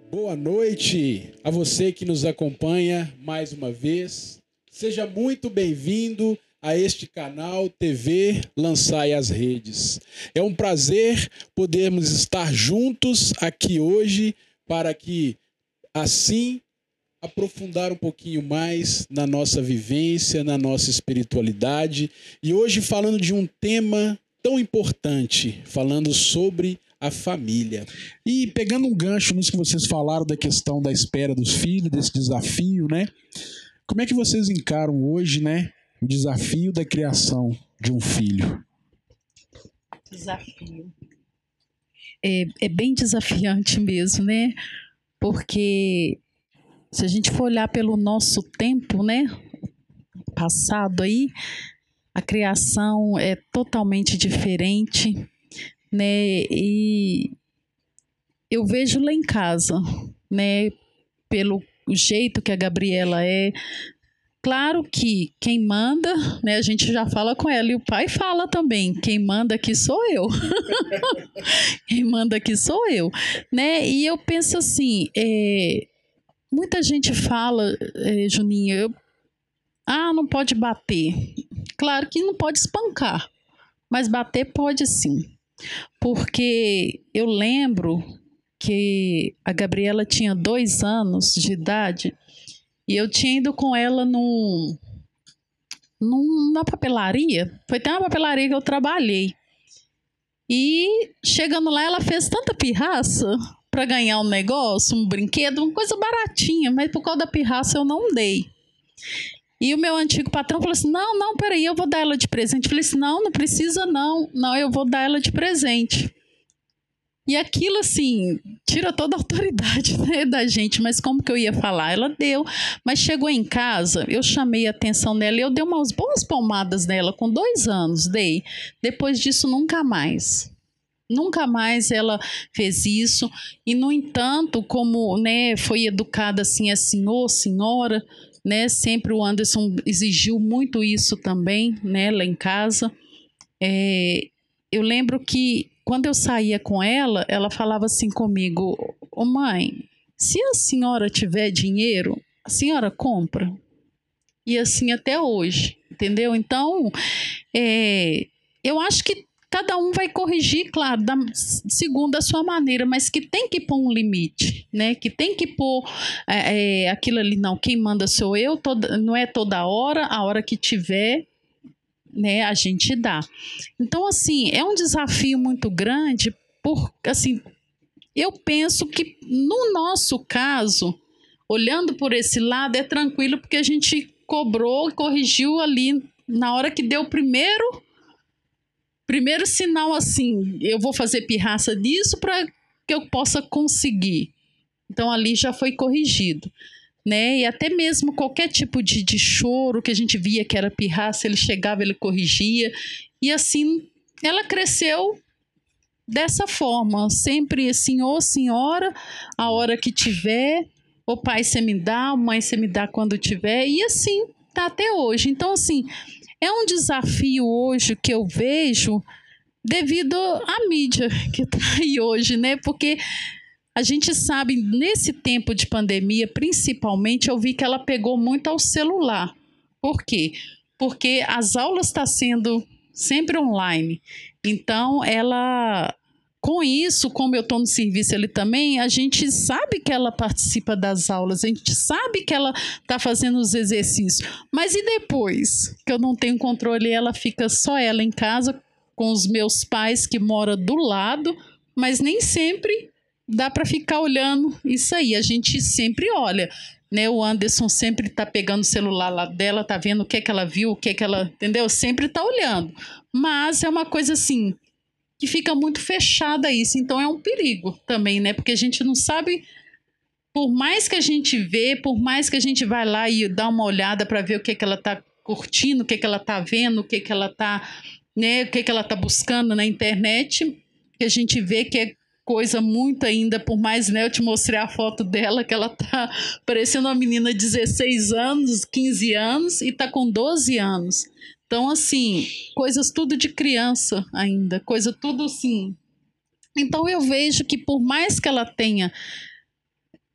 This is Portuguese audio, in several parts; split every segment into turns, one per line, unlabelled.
Boa noite a você que nos acompanha mais uma vez. Seja muito bem-vindo a este canal TV Lançai as Redes. É um prazer podermos estar juntos aqui hoje para que assim aprofundar um pouquinho mais na nossa vivência, na nossa espiritualidade. E hoje falando de um tema tão importante, falando sobre a família.
E pegando um gancho nisso que vocês falaram da questão da espera dos filhos, desse desafio, né? Como é que vocês encaram hoje, né, o desafio da criação de um filho?
Desafio. É bem desafiante mesmo, né? Porque se a gente for olhar pelo nosso tempo, né, passado aí, a criação é totalmente diferente, né? E eu vejo lá em casa, né, pelo jeito que a Gabriela é. Claro que quem manda, né, a gente já fala com ela, e o pai fala também, quem manda aqui sou eu. Quem manda aqui sou eu, né? E eu penso assim, muita gente fala, Juninho, não pode bater. Claro que não pode espancar, mas bater pode sim. Porque eu lembro que a Gabriela tinha 2 anos de idade e eu tinha ido com ela numa papelaria. Foi até uma papelaria que eu trabalhei. E chegando lá, ela fez tanta pirraça para ganhar um negócio, um brinquedo, uma coisa baratinha, mas por causa da pirraça eu não dei. E o meu antigo patrão falou assim, não, peraí, eu vou dar ela de presente. Eu falei assim, não precisa não, eu vou dar ela de presente. E aquilo, assim, tira toda a autoridade, né, da gente, mas como que eu ia falar? Ela deu, mas chegou em casa, eu chamei a atenção dela e eu dei umas boas palmadas nela, com 2 anos, dei. Depois disso, nunca mais. Nunca mais ela fez isso. E, no entanto, como, né, foi educada assim, senhor, senhora, né, sempre o Anderson exigiu muito isso também, né, lá em casa. Eu lembro que quando eu saía com ela, ela falava assim comigo, ô mãe, se a senhora tiver dinheiro, a senhora compra. E assim até hoje, entendeu? Então, eu acho que cada um vai corrigir, claro, segundo a sua maneira, mas que tem que pôr um limite, né? Que tem que pôr aquilo ali, não, quem manda sou eu, não é toda hora, a hora que tiver, né, a gente dá. Então, assim, é um desafio muito grande, assim, eu penso que no nosso caso, olhando por esse lado, é tranquilo, porque a gente cobrou e corrigiu ali na hora que deu o primeiro sinal, assim, eu vou fazer pirraça disso para que eu possa conseguir. Então, ali já foi corrigido. Né? E até mesmo qualquer tipo de choro que a gente via que era pirraça, ele chegava, ele corrigia. E assim, ela cresceu dessa forma, sempre assim, ô senhora, a hora que tiver, ô pai, você me dá, mãe, você me dá quando tiver, e assim, tá até hoje. Então, assim, é um desafio hoje que eu vejo devido à mídia que tá aí hoje, né? Porque a gente sabe, nesse tempo de pandemia, principalmente, eu vi que ela pegou muito ao celular. Por quê? Porque as aulas estão sendo sempre online. Então, com isso, como eu estou no serviço ali também, a gente sabe que ela participa das aulas, a gente sabe que ela está fazendo os exercícios. Mas e depois? Que eu não tenho controle, ela fica só ela em casa com os meus pais que moram do lado, mas nem sempre dá para ficar olhando isso aí. A gente sempre olha, né? O Anderson sempre está pegando o celular lá dela, tá vendo o que é que ela viu, o que é que ela, entendeu? Sempre está olhando. Mas é uma coisa assim que fica muito fechada isso. Então é um perigo também, né? Porque a gente não sabe, por mais que a gente vê, por mais que a gente vai lá e dá uma olhada para ver o que é que ela está curtindo, o que é que ela está vendo, o que é que ela está, né? O que é que ela está buscando na internet, que a gente vê que é coisa muito ainda, por mais, né, eu te mostrei a foto dela, que ela tá parecendo uma menina de 16 anos, 15 anos, e tá com 12 anos. Então, assim, coisas tudo de criança ainda, coisa tudo assim. Então, eu vejo que por mais que ela tenha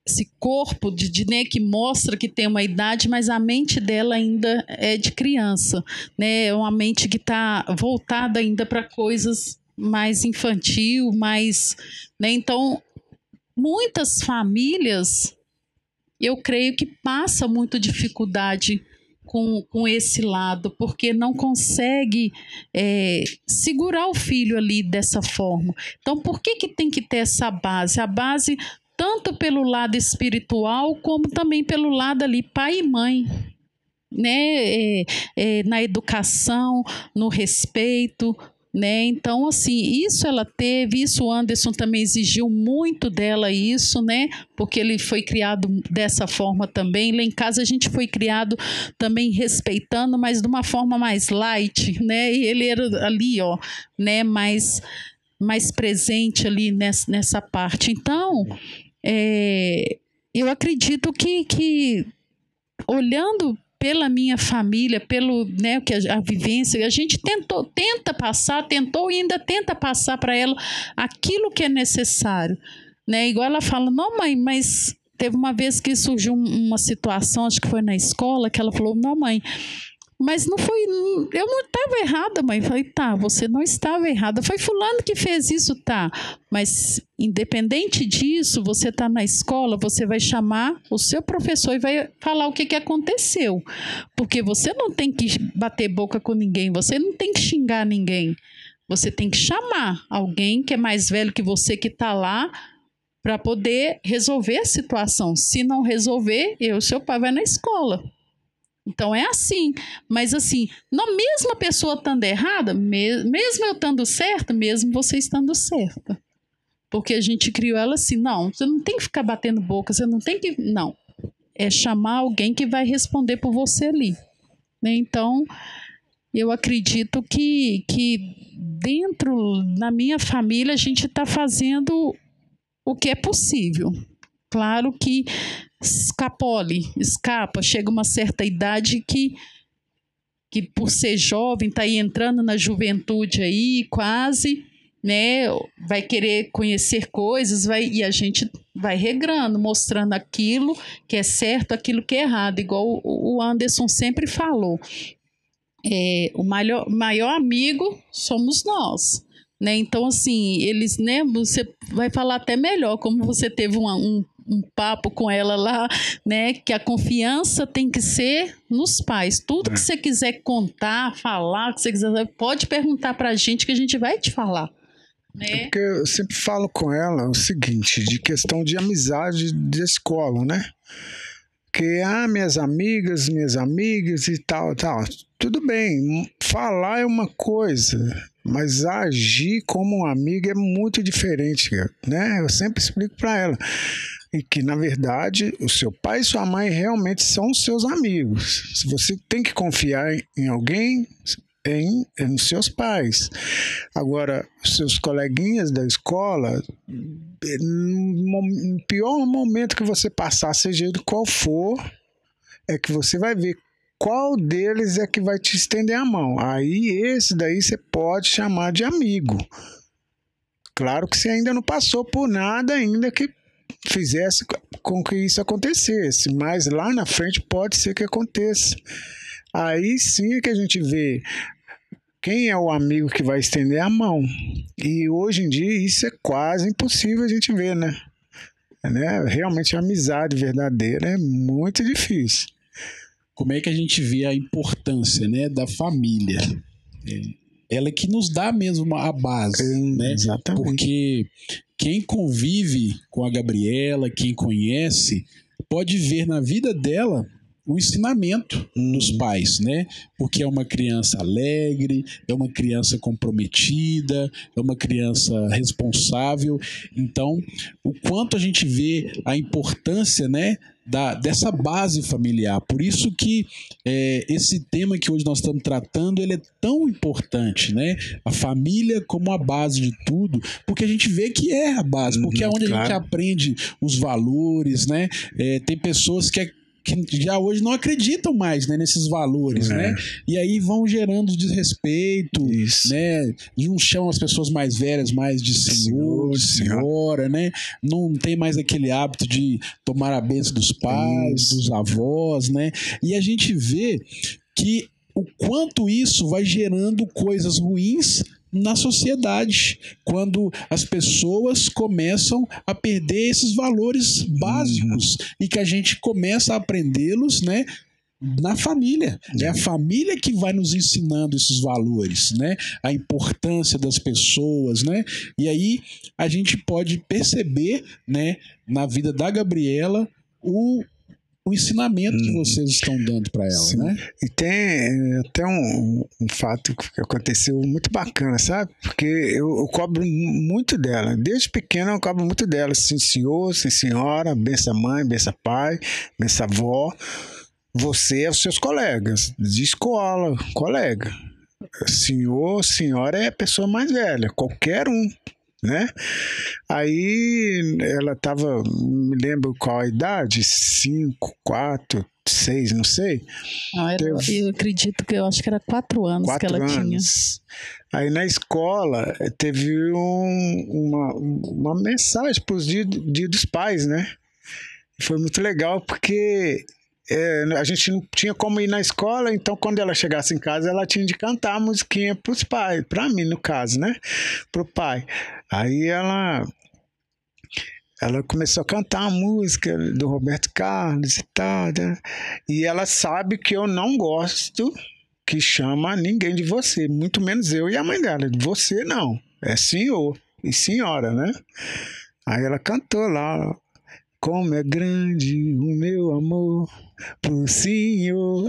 esse corpo né, que mostra que tem uma idade, mas a mente dela ainda é de criança, né? É uma mente que está voltada ainda para coisas mais infantil, mais, né? Então, muitas famílias, eu creio que passa muito dificuldade com esse lado, porque não consegue segurar o filho ali dessa forma. Então, por que tem que ter essa base? A base tanto pelo lado espiritual, como também pelo lado ali pai e mãe, né? Na educação, no respeito, né? Então, assim, isso ela teve, isso o Anderson também exigiu muito dela, isso, né? Porque ele foi criado dessa forma também. Lá em casa a gente foi criado também respeitando, mas de uma forma mais light, né? E ele era ali, ó, né? Mais presente ali nessa parte. Então, eu acredito que olhando pela minha família, pelo, né, que a vivência, a gente tentou e ainda tenta passar para ela aquilo que é necessário, né? Igual ela fala, não, mãe, mas teve uma vez que surgiu uma situação, acho que foi na escola, que ela falou, não, mãe, mas não foi, eu não estava errada, mãe. Eu falei, tá, você não estava errada. Foi fulano que fez isso, tá. Mas independente disso, você está na escola, você vai chamar o seu professor e vai falar o que aconteceu. Porque você não tem que bater boca com ninguém, você não tem que xingar ninguém. Você tem que chamar alguém que é mais velho que você, que está lá, para poder resolver a situação. Se não resolver, seu pai vai na escola. Então é assim, mas assim, não, mesmo a pessoa estando errada, mesmo eu estando certa, mesmo você estando certa. Porque a gente criou ela assim, não, você não tem que ficar batendo boca, você não tem que, não. É chamar alguém que vai responder por você ali. Né? Então, eu acredito que dentro, na minha família, a gente está fazendo o que é possível. Claro que escapa, chega uma certa idade que por ser jovem, está aí entrando na juventude aí, quase, né, vai querer conhecer coisas, e a gente vai regrando, mostrando aquilo que é certo, aquilo que é errado, igual o Anderson sempre falou. O maior amigo somos nós. Né? Então, assim, eles, né, você vai falar até melhor, como você teve um papo com ela lá, né, que a confiança tem que ser nos pais. Tudo que você quiser contar, falar, que você quiser, pode perguntar pra gente que a gente vai te falar. Né?
Porque eu sempre falo com ela o seguinte, de questão de amizade de escola, né? Que, minhas amigas e tal. Tudo bem, falar é uma coisa, mas agir como um amigo é muito diferente, né? Eu sempre explico para ela. E que, na verdade, o seu pai e sua mãe realmente são os seus amigos. Se você tem que confiar em alguém, nos seus pais. Agora, os seus coleguinhas da escola, no pior momento que você passar, seja ele qual for, é que você vai ver qual deles é que vai te estender a mão. Aí, esse daí você pode chamar de amigo. Claro que você ainda não passou por nada ainda que fizesse com que isso acontecesse, mas lá na frente pode ser que aconteça. Aí sim é que a gente vê quem é o amigo que vai estender a mão. E hoje em dia isso é quase impossível a gente ver, né? Realmente a amizade verdadeira é muito difícil.
Como é que a gente vê a importância, né, da família? Ela é que nos dá mesmo a base, né?
Exatamente.
Porque quem convive com a Gabriela, quem conhece, pode ver na vida dela o ensinamento dos pais, né? Porque é uma criança alegre, é uma criança comprometida, é uma criança responsável. Então, o quanto a gente vê a importância, né, dessa base familiar. Por isso que esse tema que hoje nós estamos tratando, ele é tão importante, né? A família como a base de tudo, porque a gente vê que é a base, porque é onde a gente aprende os valores, né? Tem pessoas que que já hoje não acreditam mais, né, nesses valores, né? E aí vão gerando desrespeito, né? E uns chamam as pessoas mais velhas mais de senhor, de senhora, né? Não tem mais aquele hábito de tomar a bênção dos pais, dos avós, né? E a gente vê que o quanto isso vai gerando coisas ruins na sociedade, quando as pessoas começam a perder esses valores básicos e que a gente começa a aprendê-los, né, na família. É a família que vai nos ensinando esses valores, né, a importância das pessoas, né, e aí a gente pode perceber, né, na vida da Gabriela o ensinamento que vocês estão dando para ela, né?
E tem até um fato que aconteceu muito bacana, sabe? Porque eu cobro muito dela. Desde pequena eu cobro muito dela. Sim, senhor, sim, senhora, bença mãe, bença pai, bença avó. Você e os seus colegas de escola, colega. Senhor, senhora é a pessoa mais velha, qualquer um, né? Aí ela tava, me lembro qual a idade, 5, 4, 6, não sei.
Eu acredito que eu acho que era 4 anos que ela tinha.
Aí na escola teve uma mensagem para os dias dos pais, né? Foi muito legal porque a gente não tinha como ir na escola, então quando ela chegasse em casa ela tinha de cantar a musiquinha para os pais, para mim no caso, né? Pro pai. Aí ela começou a cantar a música do Roberto Carlos e tal, né? E ela sabe que eu não gosto que chama ninguém de você, muito menos eu e a mãe dela. Você não, é senhor e senhora, né? Aí ela cantou lá, como é grande o meu amor pro senhor.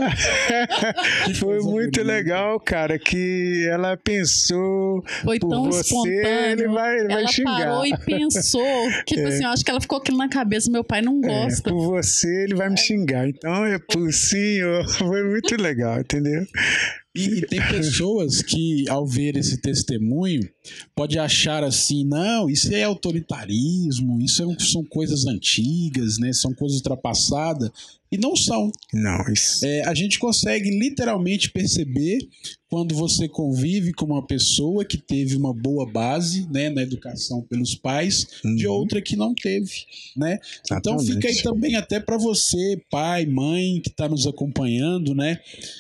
Foi muito legal, cara, que ela pensou.
Foi tão
você,
espontâneo.
ele vai xingar.
Ela parou e pensou. Tipo assim, eu acho que ela ficou aquilo na cabeça. Meu pai não gosta.
Por você, ele vai me xingar. Então é pro senhor. Foi muito legal, entendeu?
E tem pessoas que, ao ver esse testemunho, pode achar assim, não, isso é autoritarismo, são coisas antigas, né? São coisas ultrapassadas. E não são.
Não, isso.
A gente consegue literalmente perceber quando você convive com uma pessoa que teve uma boa base, né, na educação pelos pais, de outra que não teve, né? Então fica aí também até para você, pai, mãe, que está nos acompanhando, né?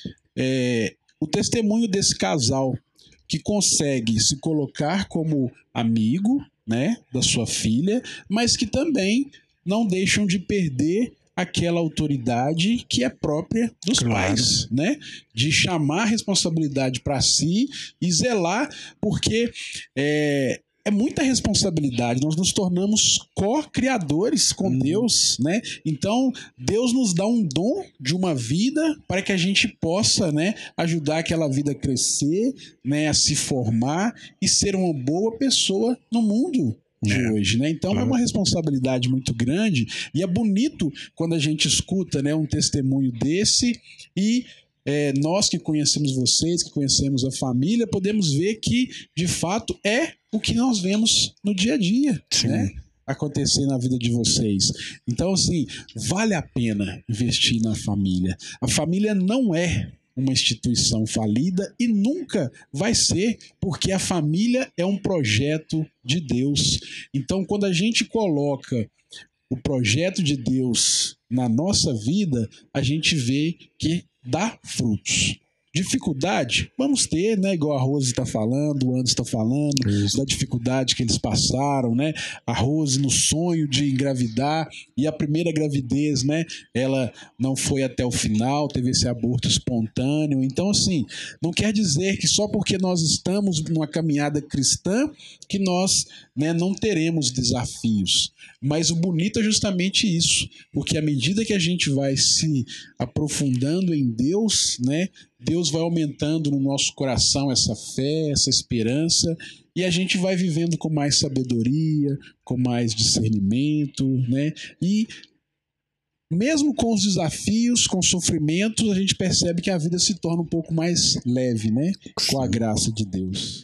O testemunho desse casal que consegue se colocar como amigo, né, da sua filha, mas que também não deixam de perder aquela autoridade que é própria dos pais, né? De chamar a responsabilidade para si e zelar, porque é muita responsabilidade. Nós nos tornamos co-criadores com Deus, né? Então, Deus nos dá um dom de uma vida para que a gente possa, né, ajudar aquela vida a crescer, né, a se formar e ser uma boa pessoa no mundo de hoje, né? Então é uma responsabilidade muito grande e é bonito quando a gente escuta, né, um testemunho desse e nós que conhecemos vocês, que conhecemos a família, podemos ver que de fato é o que nós vemos no dia a dia, né, acontecer na vida de vocês. Então, assim, vale a pena investir na família. A família não é uma instituição falida e nunca vai ser, porque a família é um projeto de Deus. Então, quando a gente coloca o projeto de Deus na nossa vida, a gente vê que dá frutos. Dificuldade, vamos ter, né? Igual a Rose está falando, o Anderson está falando, da dificuldade que eles passaram, né? A Rose no sonho de engravidar e a primeira gravidez, né? Ela não foi até o final, teve esse aborto espontâneo. Então, assim, não quer dizer que só porque nós estamos numa caminhada cristã que nós, né, não teremos desafios. Mas o bonito é justamente isso, porque à medida que a gente vai se aprofundando em Deus, né? Deus vai aumentando no nosso coração essa fé, essa esperança, e a gente vai vivendo com mais sabedoria, com mais discernimento, né? E mesmo com os desafios, com os sofrimentos, a gente percebe que a vida se torna um pouco mais leve, né? Com a graça de Deus.